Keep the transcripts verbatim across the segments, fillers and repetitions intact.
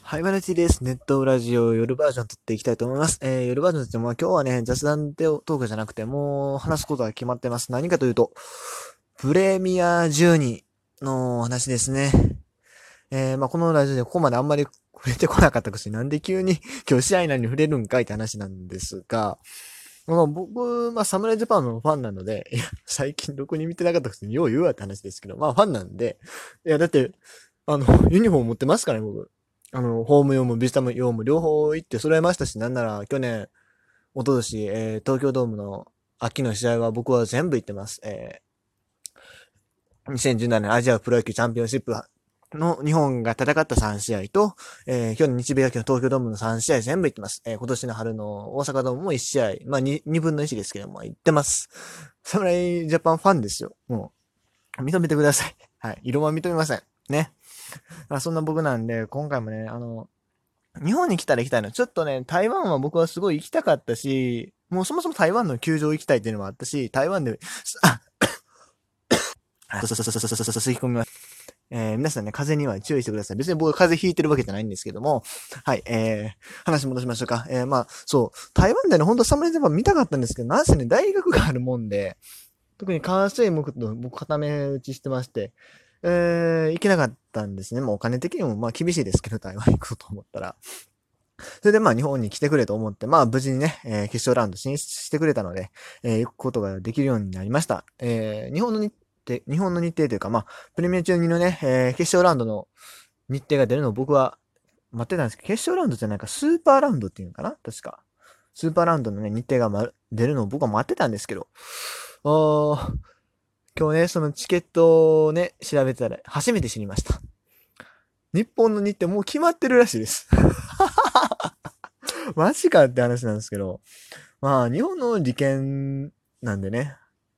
はい、マルチです。ネットラジオ夜バージョン撮っていきたいと思います。えー、夜バージョンといっても、まあ、今日はね、雑談でトークじゃなくて、もう話すことが決まってます。何かというと、プレミアじゅうにの話ですね。えー、まあ、このラジオでここまであんまり触れてこなかったくせになんで急に今日試合内に触れるんかいって話なんですが、まあ、僕、まあ、サムライジャパンのファンなので、いや、最近どこに見てなかったくせによう言うわって話ですけど、まあ、ファンなんで、いや、だって、あの、ユニフォーム持ってますからね、僕。あの、ホーム用もビジタム用も両方行って揃えましたし、なんなら去年、一昨年、えー、東京ドームの秋の試合は僕は全部行ってます。えー、にせんじゅうななねんアジアプロ野球チャンピオンシップの日本が戦ったさん試合と、えー、去年日米野球の東京ドームのさん試合全部行ってます。えー、今年の春の大阪ドームもいち試合、まあに、二分のいちですけども、行ってます。侍ジャパンファンですよ。もう、認めてください。はい。色は認めません。ね。あ、そんな僕なんで、今回もね、あの、日本に来たら行きたいの。ちょっとね、台湾は僕はすごい行きたかったし、もうそもそも台湾の球場行きたいっていうのもあったし、台湾で、あ、あ、そうそうそうそうそうそう、吸い込みます。えー、皆さんね、風邪には注意してください。別に僕風邪ひいてるわけじゃないんですけども、はい、えー、話戻しましょうか。えー、まあ、そう、台湾でね、ほんと侍ジャパン見たかったんですけど、なんせね、大学があるもんで、特に関西目と僕固め打ちしてまして、えー、行けなかったんですね。もうお金的にもまあ厳しいですけど、台湾行こうと思ったら。それでまあ日本に来てくれと思って、まあ無事にね、えー、決勝ラウンド進出してくれたので、えー、行くことができるようになりました。えー、日本の日程、日本の日程というかまあ、プレミア中にのね、えー、決勝ラウンドの日程が出るのを僕は待ってたんですけど、決勝ラウンドじゃないか、スーパーラウンドっていうのかな確か。スーパーラウンドのね、日程が、ま、出るのを僕は待ってたんですけど、あー、今日ね、そのチケットをね、調べてたら初めて知りました。日本の日程もう決まってるらしいです。マジかって話なんですけど、まあ、日本の利権なんでね、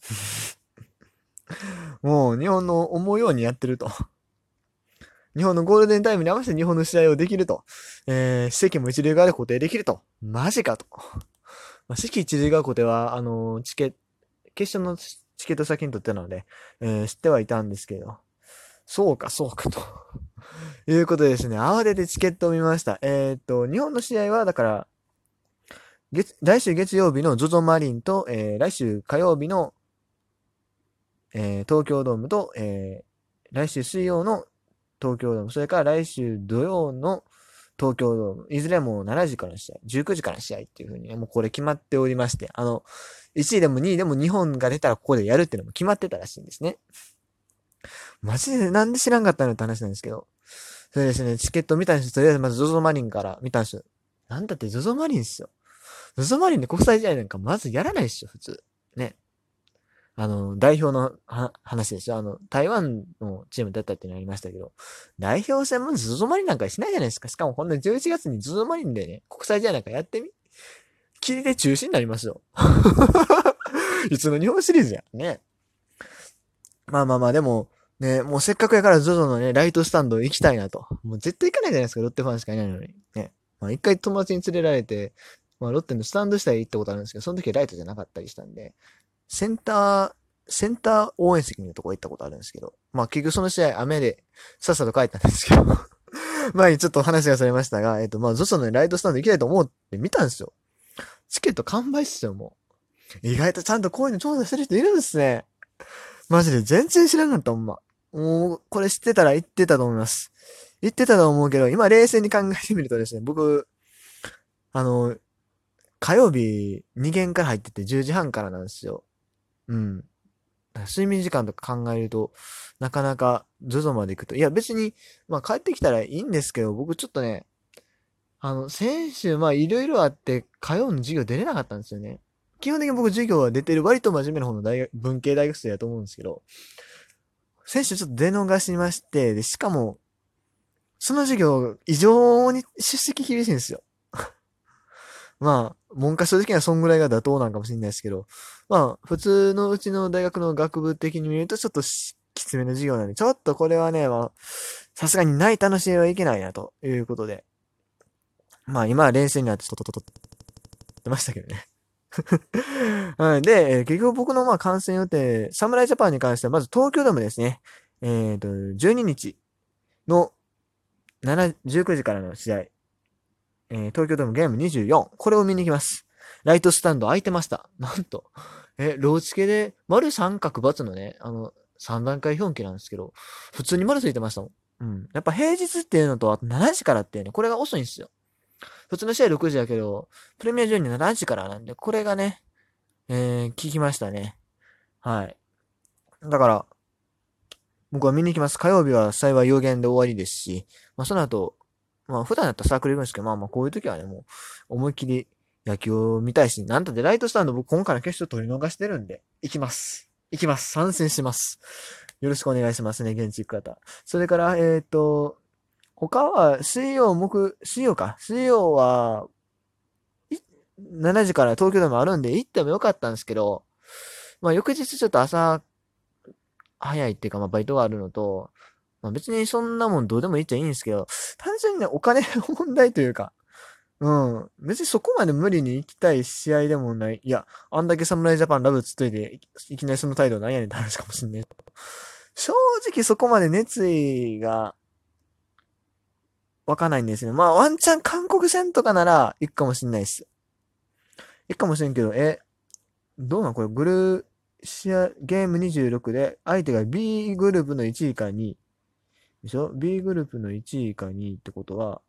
もう日本の思うようにやってると。日本のゴールデンタイムに合わせて日本の試合をできると。えー、席も一塁側で固定できると。マジかと。まあ、席一塁側固定は、あのーチケ決勝のチケット先に取ってたので、えー、知ってはいたんですけど、そうか、そうかと。いうことでですね、慌ててチケットを見ました。えーっと、日本の試合は、だから、月、来週月曜日の ゾゾ マリンと、えー、来週火曜日の、えー、東京ドームと、えー、来週水曜の東京ドーム、それから来週土曜の東京ドーム、いずれもしちじからの試合、じゅうくじからの試合っていう風に、もうこれ決まっておりまして、あの、いちいでもにいでも日本が出たらここでやるっていうのも決まってたらしいんですね。マジでなんで知らんかったのって話なんですけど。それですね、チケット見たんですよ。とりあえずまず ゾゾ マリンから見たんですよ。なんだって ゾゾ マリンっすよ。ゾゾ マリンで国際試合なんかまずやらないっしょ、普通。ね。あの、代表のは話ですよ。あの、台湾のチームだったっていうのありましたけど、代表戦も ゾゾ マリンなんかしないじゃないですか。しかもこんなじゅういちがつに ゾゾ マリンでね、国際試合なんかやってみ切りで中止になりますよ。いつの日本シリーズや。ね。まあまあまあ、でも、ね、もうせっかくやから ゾゾ のね、ライトスタンド行きたいなと。もう絶対行かないじゃないですか、ロッテファンしかいないのに。ね。まあ一回友達に連れられて、まあロッテのスタンド下へ行ったことあるんですけど、その時はライトじゃなかったりしたんで、センター、センター応援席のとこ行ったことあるんですけど、まあ結局その試合雨でさっさと帰ったんですけど、まあちょっと話がそれましたが、えっとまあ ゾゾ のライトスタンド行きたいと思って見たんですよ。チケット完売っすよ、もう。意外とちゃんとこういうの調査してる人いるんですね。マジで全然知らなかった、ほんま。もう、これ知ってたら言ってたと思います。言ってたと思うけど、今冷静に考えてみるとですね、僕、あの、火曜日に限から入っててじゅうじはんからなんですよ。うん。睡眠時間とか考えると、なかなか ゾゾ まで行くと。いや別に、まあ帰ってきたらいいんですけど、僕ちょっとね、あの、先週、まあいろいろあって、火曜の授業出れなかったんですよね。基本的に僕授業は出てる割と真面目な方の大学、文系大学生だと思うんですけど、先週ちょっと出逃しまして、で、しかも、その授業、異常に出席厳しいんですよ。まあ、文科省的にはそんぐらいが妥当なんかもしれないですけど、まあ、普通のうちの大学の学部的に見るとちょっときつめの授業なんで、ちょっとこれはね、まあ、さすがにない楽しみはいけないな、ということで。まあ、今は冷静になってちょっととととってましたけどね。はい。で、えー結局僕のまあ観戦予定、侍ジャパンに関しては、まず東京ドームですね。えっと、じゅうににちのなな、じゅうくじからの試合。えー、東京ドームゲームにじゅうよん。これを見に行きます。ライトスタンド空いてました。なんと。え、ローチ系で、丸三角×のね、あの、さん段階表記なんですけど、普通に丸ついてましたもん。うん。やっぱ平日っていうのと、あとしちじからっていうね、これが遅いんですよ。普通の試合ろくじやけど、プレミアじゅうにしちじからなんで、これがね、えー、聞きましたね。はい。だから、僕は見に行きます。火曜日は幸い有限で終わりですし、まあその後、まあ普段だったらサークル行くんですけど、まあまあこういう時はね、もう思いっきり野球を見たいし、なんとでライトスタンド僕今回の決勝取り逃してるんで、行きます。行きます。参戦します。よろしくお願いしますね、現地行く方。それから、えっ、と、他は水曜、木、水曜か。水曜は、いしちじから東京でもあるんで行ってもよかったんですけど、まあ翌日ちょっと朝早いっていうか、まあバイトがあるのと、まあ別にそんなもんどうでもいいっちゃいいんですけど、単純にね、お金の問題というか、うん。別にそこまで無理に行きたい試合でもない。いや、あんだけ侍ジャパンラブつっといて、いいきなりその態度なんやねんって話かもしんねえ。正直そこまで熱意が湧かないんですね。まあワンチャン韓国戦とかなら行くかもしんないです。行くかもしれんけど、え、どうなんこれ、グルー、試合、ゲームにじゅうろくで、相手が B グループのいちいかにいでしょ？ B グループのいちいかにいってことは、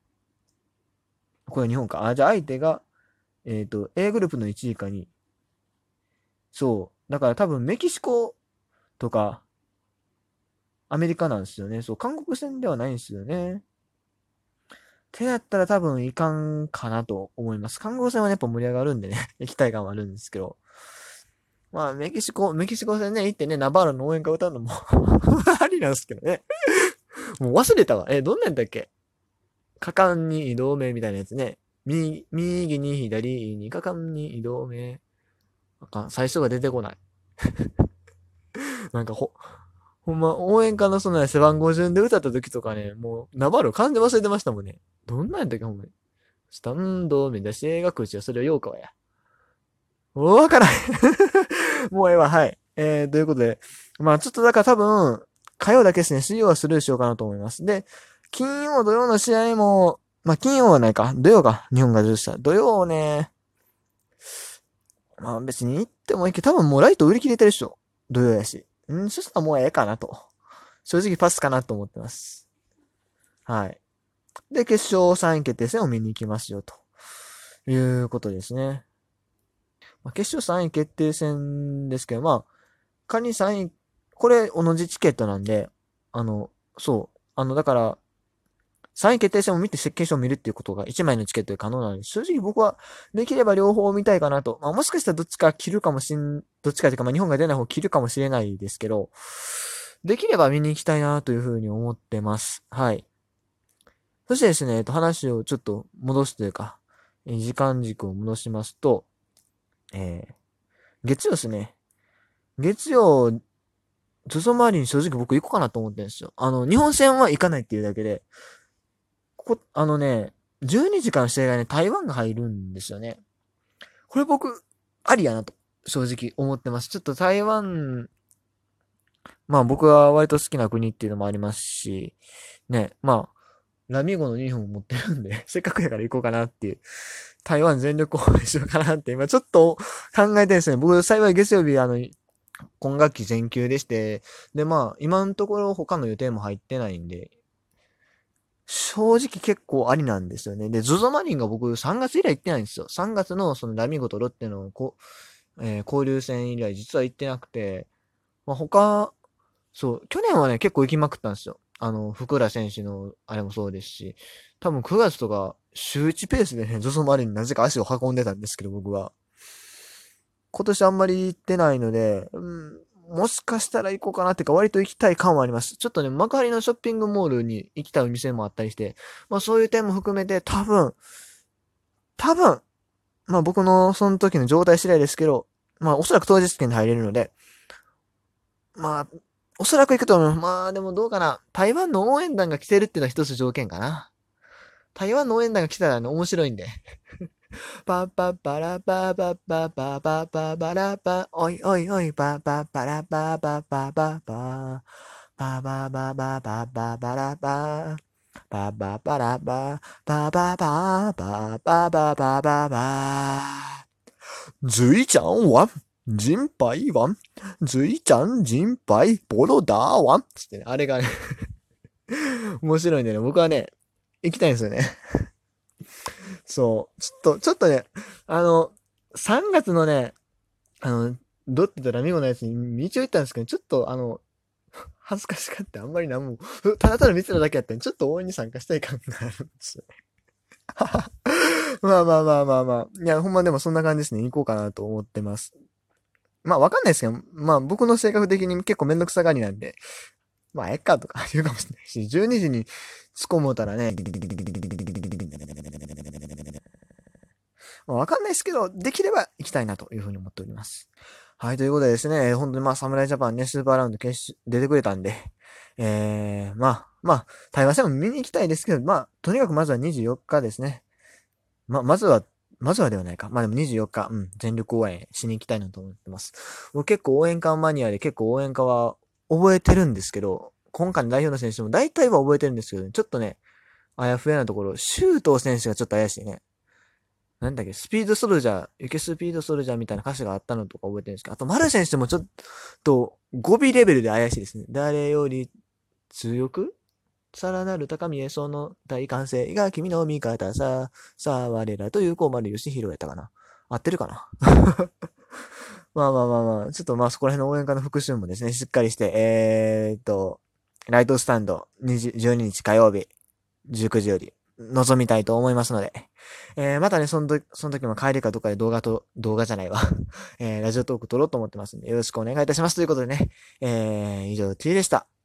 これ日本か。あ、じゃあ相手が、えっと、A グループのいちいかにい。そう。だから多分メキシコとかアメリカなんですよね。そう、韓国戦ではないんですよね。てなったら多分いかんかなと思います。韓国戦はやっぱ盛り上がるんでね、行きたい感はあるんですけど。まあ、メキシコ、メキシコ戦ね、行ってね、ナバーロの応援歌歌うのもありなんですけどね。もう忘れたわ。え、どんなんだっけ？果敢に移動名みたいなやつね。右、右に左に果敢に移動名。あかん、最初が出てこない。なんかほ、ほんま、応援歌のそのね背番号順で歌った時とかね、もう、ナバル完全忘れてましたもんね。どんなんやったっけ、ほんまに。スタンドを目指し映画口はそれをようかわや。わからないもうええわ、はい。えー、ということで、まあちょっとだから多分、火曜だけですね、水曜はスルーしようかなと思います。で、金曜、土曜の試合も、まあ金曜はないか、土曜か、日本がずした。土曜ね、まあ別に行ってもいいけど、多分もうライト売り切れてるっしょ。土曜やし。んそしたらもうええかなと。正直パスかなと思ってます。はい。で、決勝さんい決定戦を見に行きますよ、ということですね。まあ、決勝さんい決定戦ですけど、まあ、仮にさんい、これ同じチケットなんで、あの、そう、あの、だから、さんい決定戦を見て決勝を見るっていうことがいちまいのチケットで可能なので、正直僕はできれば両方見たいかなと。まあもしかしたらどっちか切るかもしん、どっちかというかまあ日本が出ない方切るかもしれないですけど、できれば見に行きたいなというふうに思ってます。はい。そしてですね、えっと話をちょっと戻すというか、え時間軸を戻しますと、えー、月曜ですね。月曜、ゾゾ周りに正直僕行こうかなと思ってるんですよ。あの、日本戦は行かないっていうだけで、ここ、あのね、じゅうにじかん試合がね、台湾が入るんですよね。これ僕、ありやなと、正直思ってます。ちょっと台湾、まあ僕は割と好きな国っていうのもありますし、ね、まあ、ラミゴのユニフォーム持ってるんで、せっかくやから行こうかなっていう、台湾全力応援しようかなって、今ちょっと考えてるんですね。僕、幸い月曜日、あの、今学期全休でして、で、まあ、今のところ他の予定も入ってないんで、正直結構ありなんですよね。で、ゾゾマリンが僕さんがつ以来行ってないんですよ。さんがつのそのラミゴとロッテのこ、えー交流戦以来実は行ってなくて、まあ、他、そう、去年はね、結構行きまくったんですよ。あの、福良選手のあれもそうですし、多分くがつとか週いちペースでね、ゾゾマリンになぜか足を運んでたんですけど、僕は。今年あんまり行ってないので、うん、もしかしたら行こうかなっていうか、割と行きたい感はあります。ちょっとね、幕張のショッピングモールに行きたいお店もあったりして、まあそういう点も含めて、多分、多分、まあ僕のその時の状態次第ですけど、まあおそらく当日券で入れるので、まあ、おそらく行くと思う。まあでもどうかな。台湾の応援団が来てるっていうのは一つ条件かな。台湾の応援団が来たらね、面白いんで。パパパラパパパパパパパラパ、おいおいおい、パパパラパパパパパ、パパパパパパパラパ。 バババラバ、バババババババババ。ずいちゃんは、人杯は、ずいちゃん人杯、ボロダーはつってね、あれがね、面白いんでね、僕はね、行きたいんですよね。そう。ちょっと、ちょっとね、あの、さんがつのね、あの、ドッテとラミゴのやつに一応行ったんですけど、ちょっとあの、恥ずかしかってあんまり何も、ただただ見てただけやったんで、ちょっと応援に参加したい感があるんですよね。まあまあまあまあまあ。いや、ほんまでもそんな感じですね。行こうかなと思ってます。まあわかんないですけど、まあ僕の性格的に結構めんどくさがりなんで、まあえっかとか言うかもしれないし、じゅうにじに突っ込むたらね、まあわかんないですけど、できれば行きたいなというふうに思っております。はい、ということでですね、本当にまあ、侍ジャパンね、スーパーラウンド決勝出てくれたんで、えー、まあ、まあ、対話戦も見に行きたいですけど、まあ、とにかくまずはにじゅうよっかですね。ま、まずは、まずはではないか。まあでもにじゅうよっか、うん、全力応援しに行きたいなと思ってます。僕結構応援歌マニアで結構応援歌は覚えてるんですけど、今回の代表の選手も大体は覚えてるんですけど、ね、ちょっとね、あやふやなところ、周東選手がちょっと怪しいね。なんだっけ、スピードソルジャー、行けスピードソルジャーみたいな歌詞があったのとか覚えてるんですけど、あと、丸選手もちょっと語尾レベルで怪しいですね。誰より強くさらなる高みへその大歓声が君の味方さ。さあ、我らという小丸義弘やったかな。合ってるかな。まあまあまあまあ、ちょっとまあそこら辺の応援歌の復習もですね、しっかりして、えーっと、ライトスタンドじゅうににち火曜日じゅうくじより臨みたいと思いますので、えー、またね、その時、その時も帰りかどっかで動画と、動画じゃないわ。えー、ラジオトーク撮ろうと思ってますんで、よろしくお願いいたします。ということでね、えー、以上、T でした。